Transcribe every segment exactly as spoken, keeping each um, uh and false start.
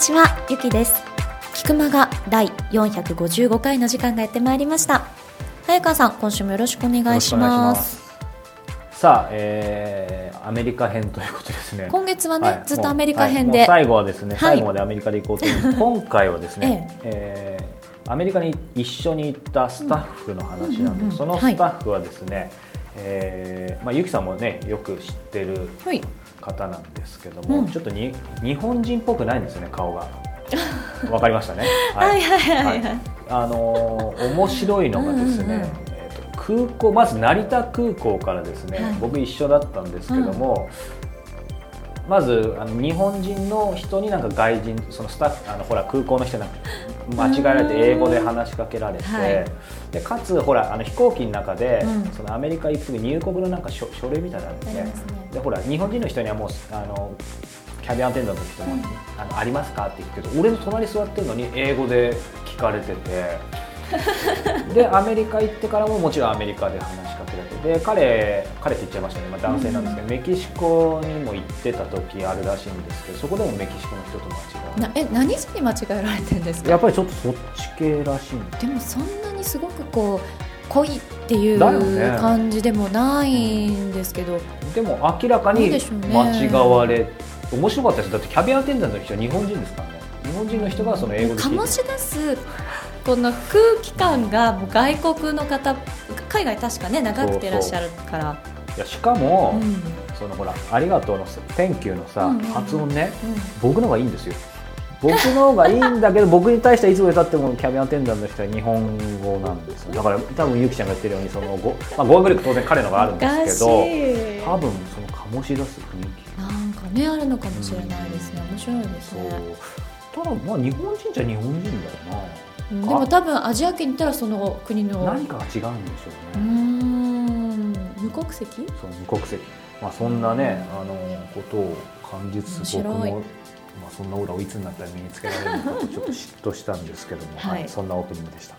ちは、ゆきです。キクマガだいよんひゃくごじゅうごかいの時間がやってまいりました。早川さん、今週もよろしくお願いします。 さあ、えー、アメリカ編ということですね。 今月はね、はい、ずっとアメリカ編で、 はい、最後はですね、最後までアメリカで行こうという、はい、今回はですね、ええー、アメリカに一緒に行ったスタッフの話なんで、うんうんうん、そのスタッフはですね、はい、えーまあ、ゆきさんもねよく知ってる方なんですけども、はい、ちょっとに日本人っぽくないんですよね、顔が。わかりましたね。 はいはいはいはい、はい、 あのー、面白いのがですね、うんうん、えー、と空港、まず成田空港からですね、はい、僕一緒だったんですけども、うん、まずあの日本人の人になんか外人、そのスタッフ、あのほら空港の人なんか間違えられて英語で話しかけられて、はい、でかつほらあの飛行機の中で、うん、そのアメリカ行く時入国のなんか 書, 書類みたいなのあるんで、ね、でほら日本人の人にはもうあのキャビンアテンダントの人も、うん、あのありますかって言うけど、俺の隣座ってるのに英語で聞かれててでアメリカ行ってからももちろんアメリカで話しかけられて、で彼彼って言っちゃいましたね、まあ、男性なんですけど、うん、メキシコにも行ってた時あるらしいんですけど、そこでもメキシコの人と間違えられて、 なえ何時に間違えられてるんですか。 やっぱりちょっとそっち系らしいんです。 でもそんなにすごくこう濃いっていう感じでもないんですけど、ね、 でも明らかに間違われ、面白かったです。だってキャビンアテンダントの人は日本人ですからね。日本人の人がその英語で聞いて醸し出すこの空気感がもう外国の方、海外確かね長くていらっしゃるから。 いやしかも、うん、そのほらありがとうの Thank you のさ、うんうんうん、発音ね、うん、僕の方がいいんですよ。僕の方がいいんだけど僕に対してはいつまでたってもキャビンアテンダントの人は日本語なんですよ。だから多分ゆきちゃんが言ってるようにその語、まあ、語学力当然彼のがあるんですけど、多分その醸し出す雰囲気なんかねあるのかもしれないですね、うん、面白いですね。 そうただまあ日本人じゃ日本人だよな、 うん、でも多分アジア圏に行ったらその国の何かが違うんでしょうね。 うーん無国籍？ そう無国籍、まあ、そんなね、うん、あのことを感じつつ僕も、まあ、そんなオーラをいつになったら身につけられるのかとちょっと嫉妬したんですけども、はいはい、そんなオープニングでした。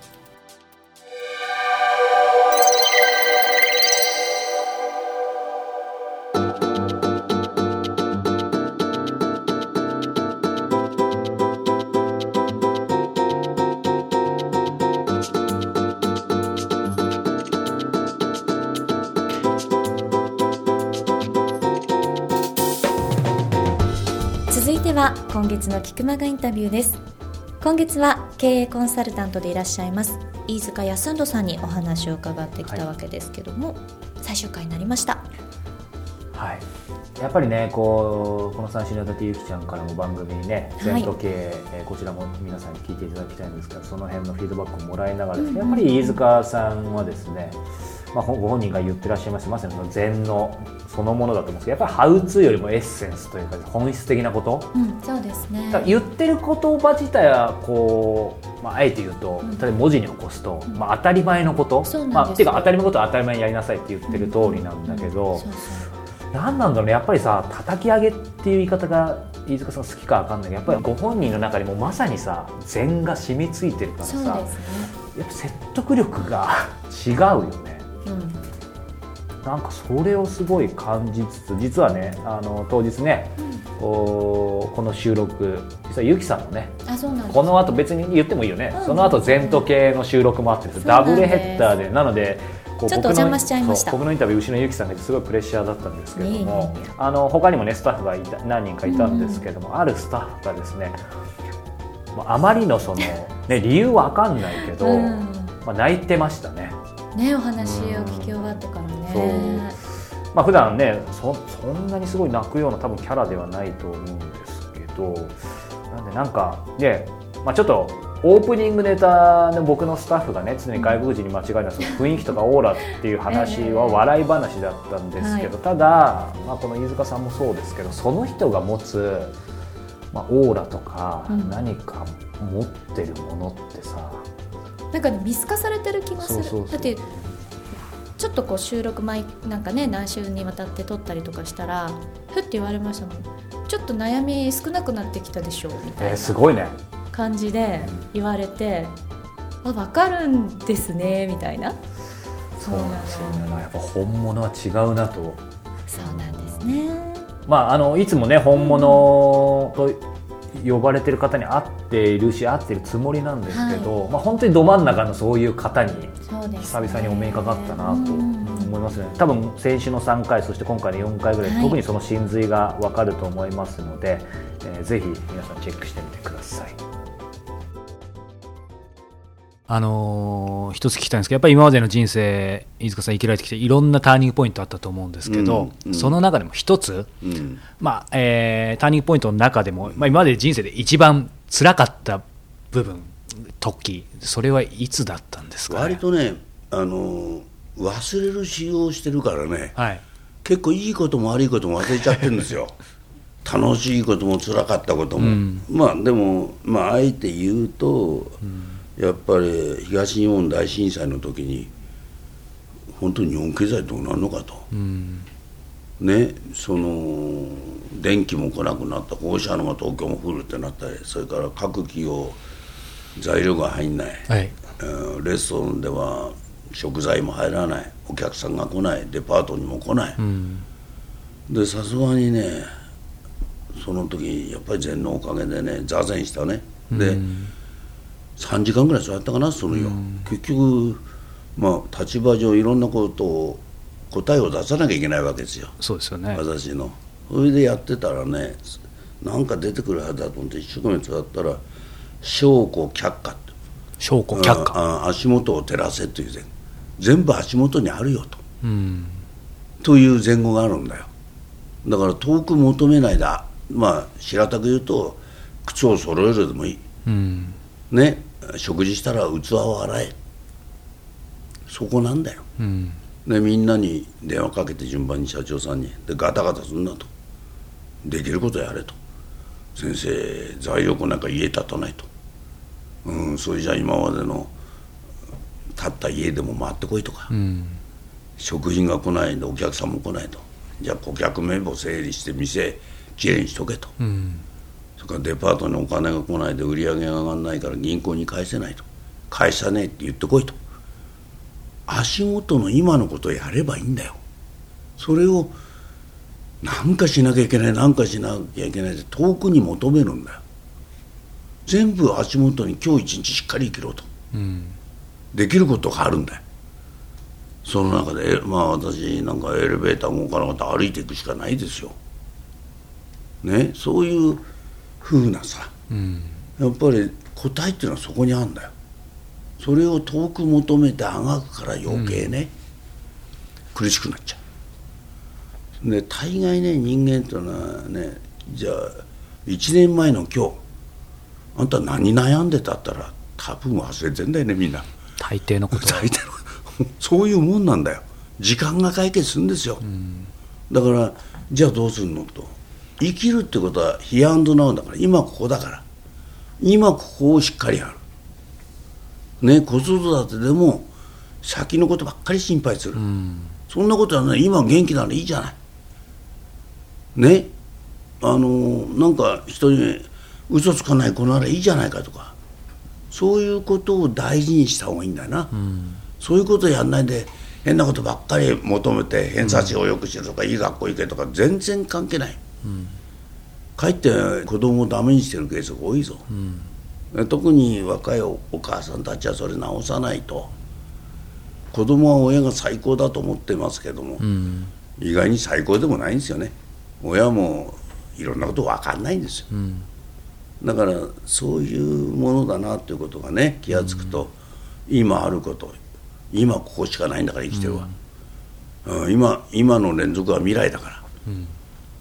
続いては今月のキクマガインタビューです。今月は経営コンサルタントでいらっしゃいます飯塚康人さんにお話を伺ってきたわけですけども、はい、最終回になりました。 はい、やっぱりねこうこのさん週にわたってゆきちゃんからも番組にね全都経営、はい、こちらも皆さんに聞いていただきたいんですが、その辺のフィードバックをもらいながらですね、うんうん、やっぱり飯塚さんはですね、まあ、ご本人が言ってらっしゃいましたまさにその禅のそのものだと思うんですけど、やっぱりハウツーよりもエッセンスというか本質的なこと、 うん、そうですね。 だから言ってる言葉自体はこう、まあ、あえて言うと、うん、例えば文字に起こすと、うんまあ、当たり前のこと、まあ、っていうか当たり前のことは当たり前にやりなさいって言ってる通りなんだけど、何なんだろうね、やっぱりさ叩き上げっていう言い方が飯塚さん好きか分かんないけど、やっぱりご本人の中にもまさにさ禅が染みついてるからさ、 そうですね、 やっぱ説得力が違うよね。うんなんかそれをすごい感じつつ、実はねあの当日ね、うん、この収録実はゆきさんもねあそうなんです、 この後別に言ってもいいよね、うん、その後全都系の収録もあってですダブルヘッダーで、なのでこうちょっとお邪魔しちゃいました。 僕のインタビュー後ろのゆきさんがすごいプレッシャーだったんですけども、いいあの他にもねスタッフがいた何人かいたんですけども、うん、あるスタッフがですねあまりのその、ね、理由は分かんないけど、うんまあ、泣いてましたね。 ね、お話を聞き終わってからね、 うんそうまあ、普段ね そ, そんなにすごい泣くような多分キャラではないと思うんですけど、なんでなんかね、まあ、ちょっとオープニングネタの僕のスタッフがね常に外国人に間違いないその雰囲気とかオーラっていう話は笑い話だったんですけど、ただ、まあ、この飯塚さんもそうですけど、その人が持つ、まあ、オーラとか何か持ってるものってさ、 なんか、ね、見透かされてる気がする。 そうそうそう、 だってちょっとこう収録前なんかね何週にわたって撮ったりとかしたらふって言われましたもん。ちょっと悩み少なくなってきたでしょみたいな、えー、 すごいね感じで言われて、あ分かるんですねみたいな。 そうなんですよね。やっぱ本物は違うなと。 そうなんですね。 まあ、あのいつもね本物と呼ばれてる方に会っているし会ってるつもりなんですけど、はい、まあ、本当にど真ん中のそういう方に久々にお目にかかったなと思いますね。多分先週のさんかいそして今回のよんかいぐらい、はい、特にその真髄が分かると思いますので、えー、ぜひ皆さんチェックしてみてください。 あのー、一つ聞きたいんですけど、やっぱり今までの人生飯塚さん生きられてきていろんなターニングポイントあったと思うんですけど、うんうん、その中でも一つ、うん、まあえー、ターニングポイントの中でも、まあ、今まで人生で一番辛かった部分時、それはいつだったんですかね。 割とね、あのー、忘れる仕様をしてるからね、はい、結構いいことも悪いことも忘れちゃってるんですよ楽しいことも辛かったことも、うん、まあでも、まあ、あえて言うと、うん、やっぱり東日本大震災の時に本当に日本経済どうなるのかと、うん、ね、その電気も来なくなった、放射能が東京も降るってなったり、それから各企業材料が入んない、はい、レストランでは食材も入らない、お客さんが来ない、デパートにも来ない、うん、でさすがにねその時やっぱり禅のおかげでね座禅したね、で、うん、さんじかんぐらいそうやったかなその日、うん、結局まあ立場上いろんなことを答えを出さなきゃいけないわけですよ。 そうですよね。 私のそれでやってたらね、なんか出てくるはずだと思って一生懸命使ったら証拠却下って、 証拠却下、 ああ足元を照らせという禅、全部足元にあるよと、うん、という前後があるんだよ。だから遠く求めないで、まあ平たく言うと靴を揃えるでもいい、うん、ね、食事したら器を洗え、そこなんだよ、うん、でみんなに電話かけて順番に社長さんにでガタガタすんなと、できることやれと、先生材料庫なんか家建たないと、うん、それじゃ今までの建った家でも回ってこいとか、うん、食品が来ないんでお客さんも来ないと、じゃあ顧客名簿整理して店きれいにしとけと、うん、それからデパートにお金が来ないで売り上げが上がらないから銀行に返せないと、返さねえって言ってこいと、足元の今のことをやればいいんだよ。それをなんかしなきゃいけない、なんかしなきゃいけないって遠くに求めるんだよ。全部足元に今日一日しっかり生きろと、うん、できることがあるんだよ。その中でまあ私なんかエレベーター動かなかったら歩いていくしかないですよ、ね、そういう風なさ、うん、やっぱり答えっていうのはそこにあるんだよ。それを遠く求めてあがくから余計ね、うん、苦しくなっちゃう。で大概ね人間っていうのはね、じゃあいちねんまえの今日あんた何悩んでたったら多分忘れてんだよね、みんな大抵のことは大抵のそういうもんなんだよ。時間が解決するんですよ、うん、だからじゃあどうするのと、生きるってことはヒアンドナウだから、今ここだから、今ここをしっかりやるね。子育てでも先のことばっかり心配する、うん、そんなことはね、今元気ならいいじゃないね。あのなんか人に嘘つかない子ならいいじゃないかとか、そういうことを大事にした方がいいんだよな、うん、そういうことやんないで変なことばっかり求めて偏差値を良くしろとか、うん、いい学校行けとか全然関係ない、うん、かえって子供をダメにしてるケースが多いぞ、うん、特に若い お, お母さんたちはそれ直さないと。子供は親が最高だと思ってますけども、うん、意外に最高でもないんですよね。親もいろんなこと分かんないんですよ、うん、だからそういうものだなということがね気がつくと、うん、今あること、今ここしかないんだから生きてるわ、うん、今, 今の連続は未来だから、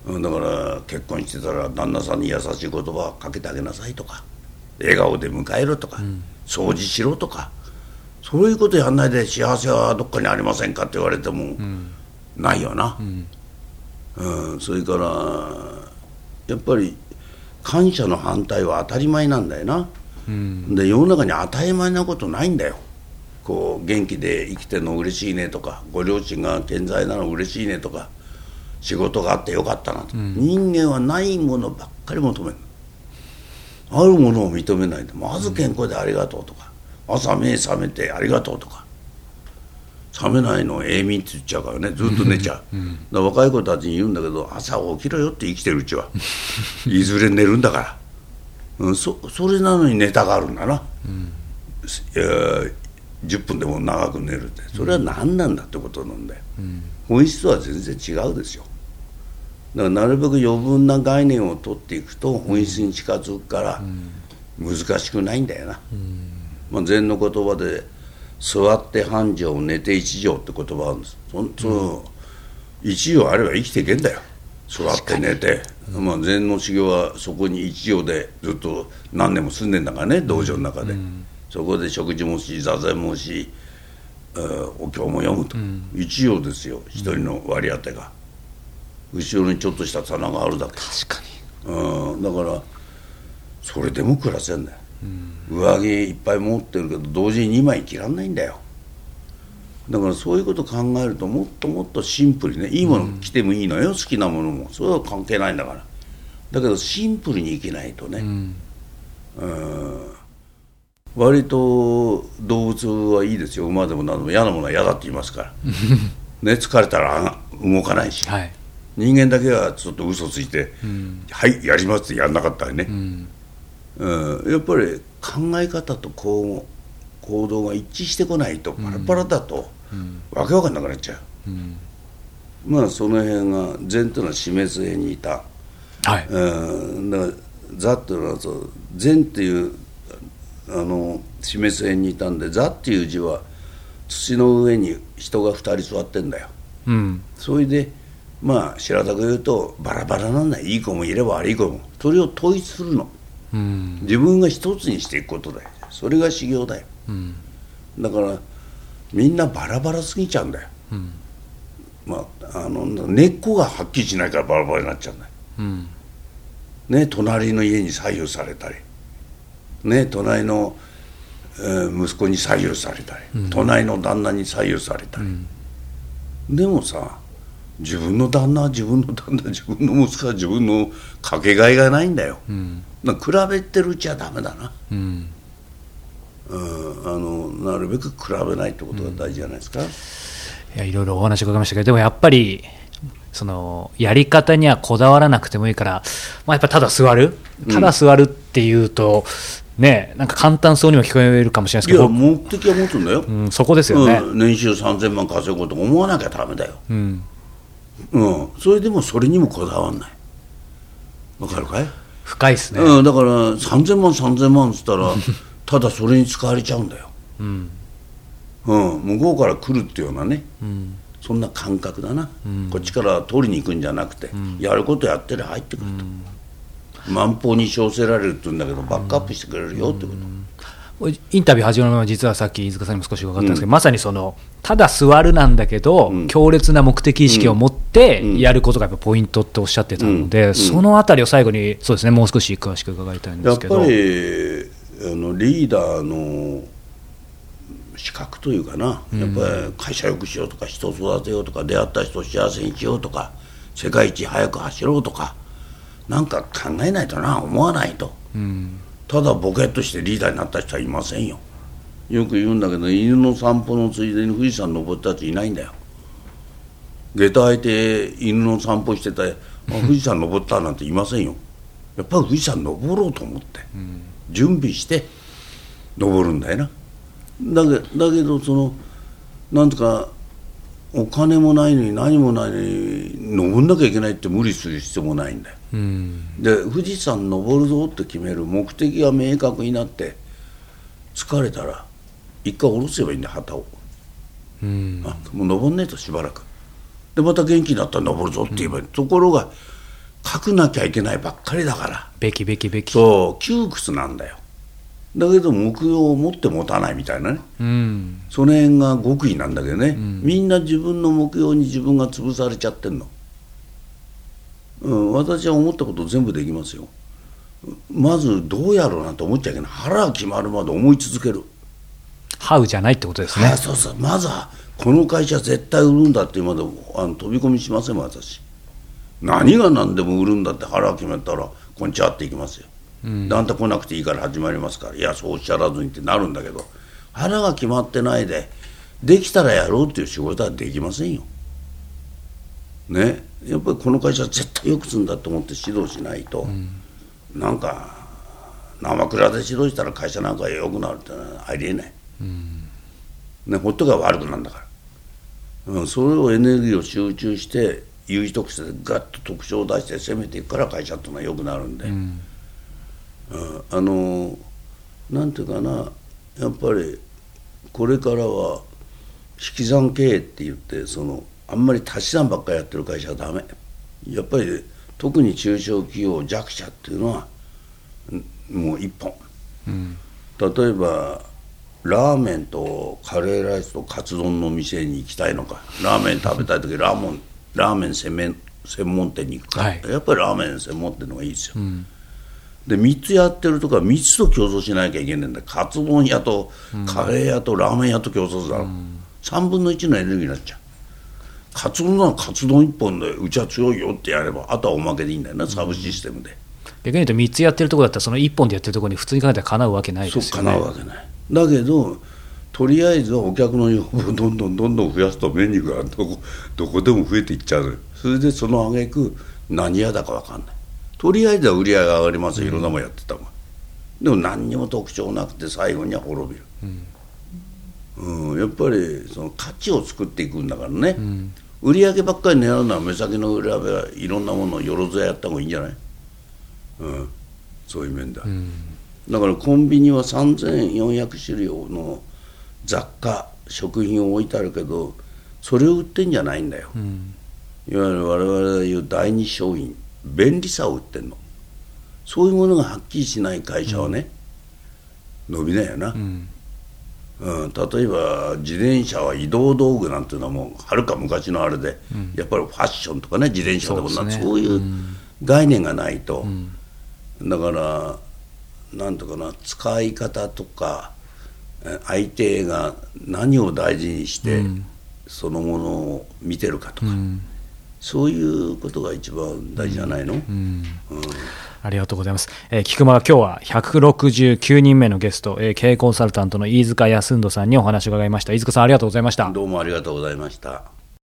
うん、だから結婚してたら旦那さんに優しい言葉をかけてあげなさいとか、笑顔で迎えろとか、うん、掃除しろとか、そういうことやんないで幸せはどっかにありませんかって言われても、うん、ないよな、うんうん、それからやっぱり感謝の反対は当たり前なんだよな、うん、で世の中に当たり前なことないんだよ。こう元気で生きてるの嬉しいねとか、ご両親が健在なの嬉しいねとか、仕事があってよかったなと、うん、人間はないものばっかり求める。あるものを認めないで、まず健康でありがとうとか、朝目覚めてありがとうとか、覚めないのを永眠って言っちゃうからね、ずっと寝ちゃう、うん、だから若い子たちに言うんだけど、朝起きろよって生きてるうちはいずれ寝るんだからうん、そ, それなのにネタがあるんだな、うん、いやじゅっぷんでも長く寝るって、それは何なんだってことなんだよ、うん、本質は全然違うですよ。だからなるべく余分な概念を取っていくと本質に近づくから難しくないんだよな、うんまあ、禅の言葉で座って半畳寝て一畳って言葉があるんです。そその一畳あれば生きていけんだよ。座って寝て、まあ、禅の修行はそこに一畳でずっと何年も住んでんだからね、道場の中で、うん、そこで食事もし座禅もし、お経も読むと、うん、一畳ですよ一人の割り当てが、後ろにちょっとした棚があるだけ。 確かに、 うん、だからそれでも暮らせんだよ、うん、上着いっぱい持ってるけど同時ににまい着らんないんだよ。だからそういうことを考えるともっともっとシンプルにね、いいもの着てもいいのよ、うん、好きなものもそれは関係ないんだから。だけどシンプルに生きないとね、うんうん、割と動物はいいですよ。馬でも何でも嫌なものは嫌だって言いますからね、疲れたら動かないし、はい、人間だけはちょっと嘘ついて、うん、はいやりますってやんなかったりね、うんうん、やっぱり考え方とこう行動が一致してこないとパラパラだと、うん、わけわかんなくなっちゃう、うん、まあその辺が禅というのは死滅辺にいた、はいうん、だから座っていうのはそう禅っていうあの死滅辺にいたんで、座っていう字は土の上に人がふたり座ってんだよ、うん、それでまあ白田く言うとバラバラなんだよ。いい子もいれば悪い子も、それを統一するの、うん、自分が一つにしていくことだよ。それが修行だよ、うん、だからみんなバラバラすぎちゃうんだよ、うんまあ、あの根っこがはっきりしないからバラバラになっちゃうんだよ、うんね、隣の家に左右されたり、ね、隣の、えー、息子に左右されたり、うん、隣の旦那に左右されたり、うん、でもさ自分の旦那は自分の旦那、自分の息子は自分のかけがえがないんだよ、うん、だから比べてるうちはダメだな、うんうん、あのなるべく比べないってことが大事じゃないですか、うん、いやいろいろお話伺いましたけど、でもやっぱりそのやり方にはこだわらなくてもいいから、まあ、やっぱただ座るただ座るっていうと、うん、ね、なんか簡単そうにも聞こえるかもしれないですけど、 いや目的は持つんだよ、 うん、そこですよね、 うん、年収さんぜんまん稼ぐこと思わなきゃダメだよ、うんうん、それでもそれにもこだわんない。わかるかい？ 深いですね、 うん、だからさんぜんまんさんぜんまんっつったらただそれに使われちゃうんだよ、うんうん、向こうから来るっていうようなね、うん、そんな感覚だな、うん、こっちから取りに行くんじゃなくて、うん、やることやってりゃ入ってくると、うん、万法に称せられるって言うんだけどバックアップしてくれるよってこと、うんインタビュー始まるのは実はさっき飯塚さんにも少し伺ったんですけど、うん、まさにそのただ座るなんだけど、うん、強烈な目的意識を持ってやることがやっぱポイントっておっしゃってたので、うんうん、そのあたりを最後にそうですね、もう少し詳しく伺いたいんですけど、 やっぱりあのリーダーの資格というかな、やっぱり会社よくしようとか人を育てようとか出会った人を幸せにしようとか世界一速く走ろうとかなんか考えないとな、思わないと、うんただボケっとしてリーダーになった人はいませんよ。よく言うんだけど犬の散歩のついでに富士山登ったやついないんだよ。下駄履いて犬の散歩してて富士山登ったなんていませんよ。やっぱり富士山登ろうと思って、うん、準備して登るんだよな。だけだけどそのなんとかお金もないのに何もないのに登んなきゃいけないって無理する必要もないんだよ、うん、で富士山登るぞって決める目的が明確になって疲れたら一回下ろせばいいんだよ旗を、うん、あもう登んねえとしばらくでまた元気になったら登るぞって言えばいい、うん、ところが書くなきゃいけないばっかりだからべきべきべきそう窮屈なんだよ。だけど目標を持って持たないみたいなね、うん、その辺が極意なんだけどね、うん、みんな自分の目標に自分が潰されちゃってんの、うん、私は思ったこと全部できますよ。まずどうやろうなんて思っちゃいけない。腹が決まるまで思い続ける。 ハウじゃないってことですね。 あそうそう、まずはこの会社絶対売るんだっていうまであの飛び込みしません。私何が何でも売るんだって腹が決めたらこんにちはっていきますよ。うん、あんた来なくていいから始まりますから、いやそうおっしゃらずにってなるんだけど、腹が決まってないでできたらやろうっていう仕事はできませんよね。やっぱりこの会社は絶対よくするんだと思って指導しないと、うん、なんか生蔵で指導したら会社なんか良くなるってのはありえない、うんね、ほっとけば悪くなるんだから、うん、それをエネルギーを集中して有機特性でガッと特徴を出して攻めていくから会社っていうのは良くなるんで、うんうん、あのなんていうかな、やっぱりこれからは引き算経営って言って、そのあんまり足し算ばっかりやってる会社はダメ。やっぱり特に中小企業弱者っていうのはもう一本、うん、例えばラーメンとカレーライスとカツ丼の店に行きたいのか、ラーメン食べたい時ラーメンラーメン専門専門店に行くか、はい、やっぱりラーメン専門店の方がいいですよ、うん、でみっつやってるとかみっつと競争しなきゃいけないんだ。カツ丼屋とカレー屋とラーメン屋と競争するだろう、うん、さんぶんのいちのエネルギーになっちゃう。カツ丼ならカツ丼いっぽんでうちは強いよってやればあとはおまけでいいんだよな、サブシステムで。 逆に言うとみっつやってるところだったらそのいっぽんでやってるところに普通に考えたらかなうわけないですよね。 そう、かなうわけない。だけどとりあえずはお客の要望をどんどんどんどん増やすとメニューがどこ、どこでも増えていっちゃうのよ。それでその挙句何屋だか分かんない。とりあえずは売り上げが上がりますよ、いろんなもんやってたもん、うん、でも何にも特徴なくて最後には滅びる、うんうん、やっぱりその価値を作っていくんだからね、うん、売り上げばっかり狙うのは目先の売り上げはいろんなものをよろずややった方がいいんじゃない、うん、そういう面だ、うん、だからコンビニはさんぜんよんひゃくしゅるいの雑貨食品を置いてあるけどそれを売ってんじゃないんだよ、うん、いわゆる我々が言う第二商品、便利さを売ってんの。そういうものがはっきりしない会社はね、うん、伸びないよな、うんうん、例えば自転車は移動道具なんていうのはもうはるか昔のあれで、うん、やっぱりファッションとかね、自転車とか そうですね、そういう概念がないと、うん、だからなんとかな、使い方とか相手が何を大事にしてそのものを見てるかとか、うん、そういうことが一番大事じゃないの、うんうんうん、 ありがとうございます。えー、菊間は今日はひゃくろくじゅうきゅうにんめのゲスト、えー、経営コンサルタントの飯塚康人さんにお話を伺いました。飯塚さん、ありがとうございました。 どうもありがとうございました。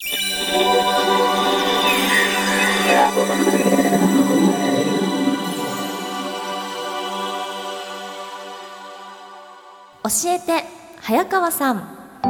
教えて早川さん。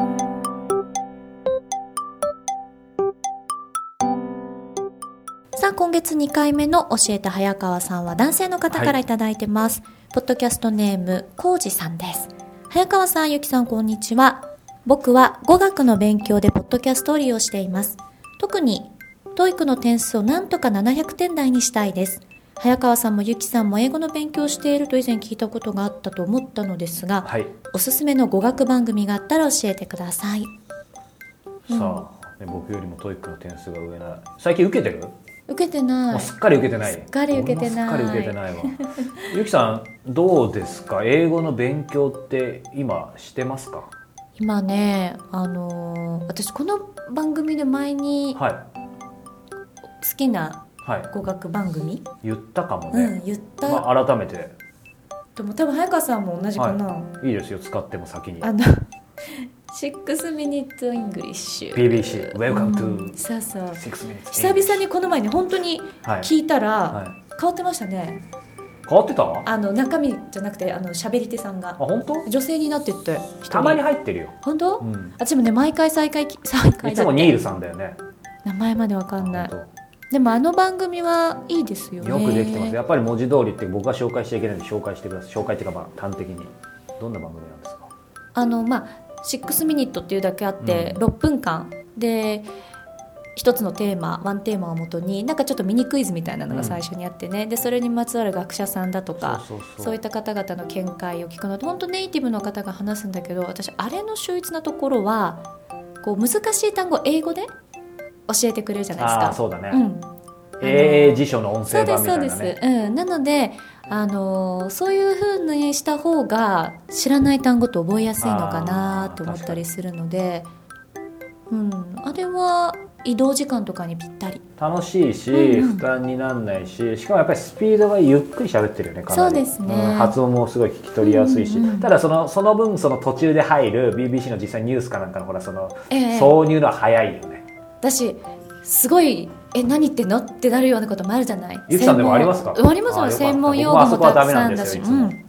さあ、今月にかいめの教えて早川さんは男性の方からいただいてます、はい、ポッドキャストネームコウジさんです。早川さん、ゆきさん、こんにちは。僕は語学の勉強でポッドキャストを利用しています。特に トーイック の点数をなんとかななひゃくてん台にしたいです。早川さんもゆきさんも英語の勉強をしていると以前聞いたことがあったと思ったのですが、はい、おすすめの語学番組があったら教えてください。 さあ、ね、僕よりも トーイック の点数が上な、最近受けてる？ 受けてない。 もうすっかり受けてない。 すっかり受けてない。 すっかり受けてないわ。ゆきさん、どうですか？英語の勉強って今してますか？ 今ね、あのー、私この番組で前に、はい、好きな語学番組、はい、 言ったかもね、 うん、言った、 まあ、改めてでも多分早川さんも同じかな、 はい、いいですよ、使っても先に。 あのシックスミニットイングリッシュビービーシー Welcome to、 うん、そうそう、 シックスミニット久々にこの前ね、本当に聞いたら、はいはい、変わってましたね。 変わってた？ あの中身じゃなくて、あの喋り手さんが。あ、 本当？ 女性になってってたまに入ってるよ。 本当？うん、あ、でもね、毎回再開再開だって。 いつもニールさんだよね。 名前までわかんない。でもあの番組はいいですよね。 よくできてます。やっぱり文字通りって僕は紹介しちゃいけないので紹介してください。紹介っていうか、まあ端的にどんな番組なんですか？ あのまあシックスミニットっていうだけあって、うん、ろっぷんかんで一つのテーマ、ワンテーマをもとになんかちょっとミニクイズみたいなのが最初にあってね、うん、でそれにまつわる学者さんだとか、そうそうそう、そういった方々の見解を聞くので、本当ネイティブの方が話すんだけど、私あれの秀逸なところはこう難しい単語を英語で教えてくれるじゃないですか。 あ、そうだね、 うん、 英英辞書の音声版みたいなね。 そうです、そうです、うん、なのであのそういう風にした方が知らない単語って覚えやすいのかなと思ったりするので、うん、あれは移動時間とかにぴったり楽しいし、うんうん、負担にならないし、しかもやっぱりスピードがゆっくり喋ってるよね、かなり。そうですね、うん、発音もすごい聞き取りやすいし、うんうん、ただその、その分その途中で入る ビービーシー の実際ニュースかなんかのほらその、えー、挿入のは早いよね。 私すごいえ何言ってんのってなるようなこともあるじゃない。 ゆきさんでもありますか？ ありますよ、専門用語もたくさんだし、うん、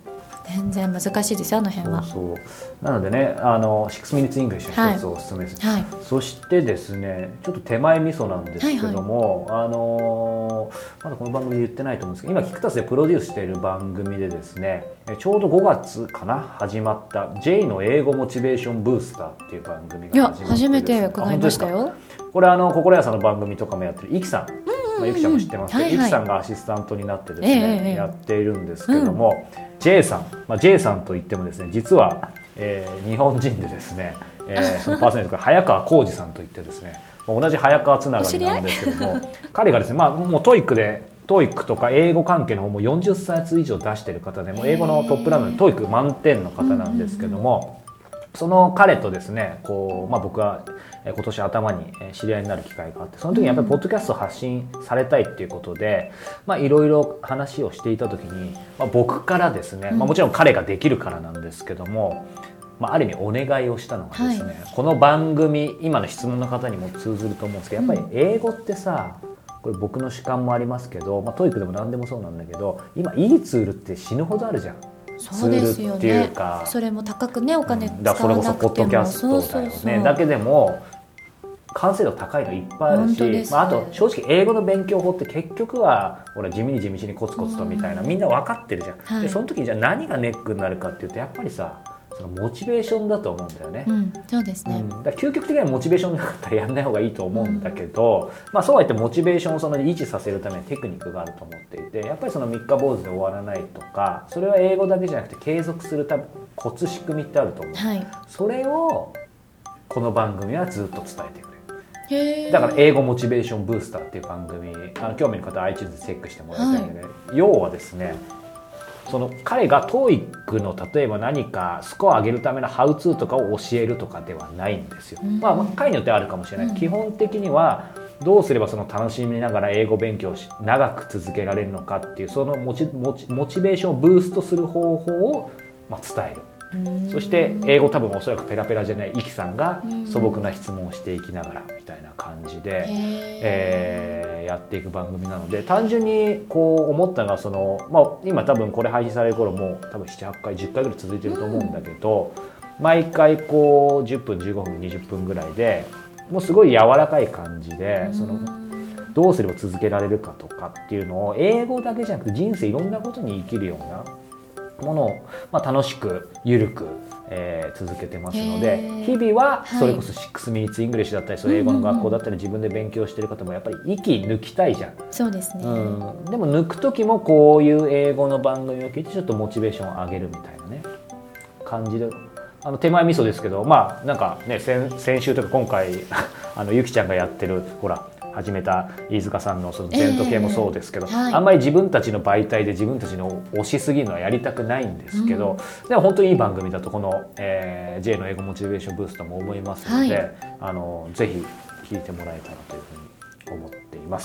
全然難しいですよあの辺は。 そうそうなのでねあのシックスミニッツイングリッシュの一つをおすすめです、 はい、 そしてですねちょっと手前味噌なんですけども、はいはい、あのー、まだこの番組で言ってないと思うんですけど今キクタスでプロデュースしている番組でですねちょうどごがつかな始まった J の英語モチベーションブースターっていう番組が始まって、ね、 いや初めて伺いましたよ。 これあの心屋さんの番組とかもやってるイキさん、まあ、ゆきちゃんも知ってますけど、 はいはい、 イキさんがアシスタントになってですね、 えー、 やっているんですけども、うん、J さん、まあ、J さんといってもですね実は、えー、日本人でですね、えー、そのパーソナリティが早川浩二さんといってですね同じ早川つながりなんですけども彼がですね、まあ、もうトイックでトイックとか英語関係の方もよんじゅっさつ以上出している方でも英語のトップランナーでトイック満点の方なんですけども、その彼とですねこう、まあ、僕は今年頭に知り合いになる機会があってその時にやっぱりポッドキャストを発信されたいっていうことでいろいろ話をしていた時に、まあ、僕からですね、まあ、もちろん彼ができるからなんですけども、まあ、ある意味お願いをしたのがですね、はい、この番組今の質問の方にも通ずると思うんですけどやっぱり英語ってさこれ僕の主観もありますけど、まあ、トイックでも何でもそうなんだけど今いいツールって死ぬほどあるじゃん。 そうですよね、 ツールっていうかそれも高くねお金使わなくても、うん、 だからそれこそポッドキャストだよね。そうそうそうだけでも完成度高いのいっぱいあるし、ねまあ、あと正直英語の勉強法って結局は俺地味に地道にコツコツとみたいなみんな分かってるじゃん、はい、でその時にじゃあ何がネックになるかっていうとやっぱりさそのモチベーションだと思うんだよね、 うん、そうですね、 うん、だから究極的にはモチベーションなかったらやんない方がいいと思うんだけど、うんまあ、そうは言ってモチベーションをその維持させるためにテクニックがあると思っていてやっぱりその三日坊主で終わらないとかそれは英語だけじゃなくて継続するためコツ仕組みってあると思う、はい、それをこの番組はずっと伝えてくれる。だから英語モチベーションブースターっていう番組あの興味の方は iTunes でチェックしてもらいたいので、はい、要はですねその彼が トーイック の例えば何かスコアを上げるためのハウツーとかを教えるとかではないんですよ、うんまあ、回によってはあるかもしれない、うん、基本的にはどうすればその楽しみながら英語勉強をし長く続けられるのかっていうそのモチ、モチ、モチベーションをブーストする方法を、まあ、伝える。そして英語多分おそらくペラペラじゃないイキさんが素朴な質問をしていきながらみたいな感じで、えー、やっていく番組なので単純にこう思ったのがその、まあ、今多分これ配信される頃もう多分ななはちかいじゅっかいぐらい続いてると思うんだけど、うん、毎回こうじゅっぷんじゅうごふんにじゅっぷんぐらいでもうすごい柔らかい感じで、うん、そのどうすれば続けられるかとかっていうのを英語だけじゃなくて人生いろんなことに生きるようなものを、まあ、楽しくゆるく、えー、続けてますので日々はそれこそシックスミニッツイングリッシュだったり、はい、英語の学校だったり自分で勉強してる方もやっぱり息抜きたいじゃん。 そうですね、 うん、でも抜く時もこういう英語の番組を聞いてちょっとモチベーションを上げるみたいなね感じであの手前味噌ですけどまあなんかね 先, 先週とか今回あのゆきちゃんがやってるほら始めた飯塚さんのそのゼント系もそうですけど、えーはい、あんまり自分たちの媒体で自分たちの推しすぎるのはやりたくないんですけど、うん、でも本当にいい番組だとこの、えー、J の英語モチベーションブーストも思いますので、はい、あのぜひ聞いてもらえたらというふうに思っています。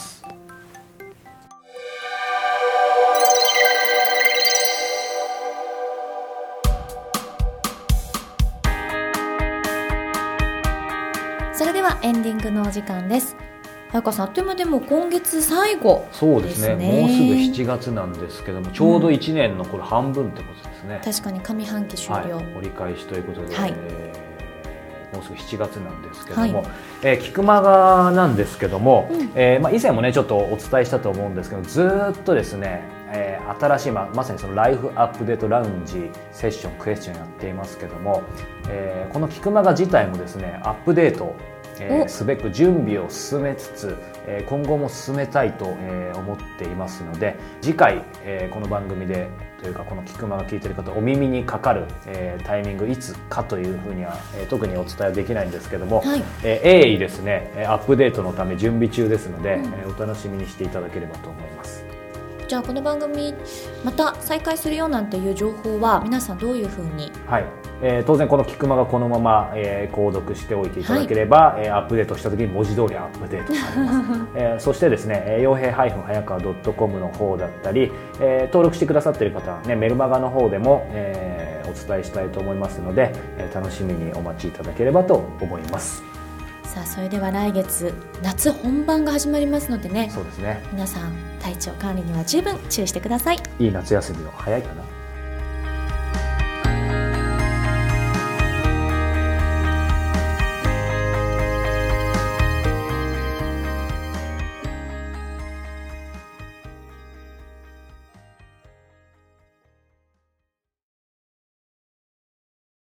それではエンディングのお時間です。早川さんあっという間でも今月最後ですね。 そうですねもうすぐしちがつなんですけどもちょうどいちねんのこれ半分ってことですね、 うん、確かに上半期終了、 はい、折り返しということで、 はいえー、もうすぐしちがつなんですけども、はいえー、キクマガなんですけども、うんえーまあ、以前もねちょっとお伝えしたと思うんですけどずっとですね、えー、新しい、まあ、まさにそのライフアップデートラウンジセッションクエスチョンやっていますけども、えー、このキクマガ自体もですねアップデートえー、すべく準備を進めつつ、えー、今後も進めたいと、えー、思っていますので次回、えー、この番組でというかこのキクマが聞いている方お耳にかかる、えー、タイミングいつかというふうには、えー、特にお伝えできないんですけども、はいえー、鋭意ですねアップデートのため準備中ですので、うんえー、お楽しみにしていただければと思います。 じゃあこの番組また再開するよなんていう情報は皆さんどういうふうに、 はいえー、当然このキクマがこのまま、えー、購読しておいていただければ、はいえー、アップデートした時に文字通りアップデートされます、えー、そしてですね陽平早川 .com の方だったり、えー、登録してくださっている方は、ね、メルマガの方でも、えー、お伝えしたいと思いますので、えー、楽しみにお待ちいただければと思います。 さあそれでは来月夏本番が始まりますのでねそうですね皆さん体調管理には十分注意してください。 いい夏休みの早いかな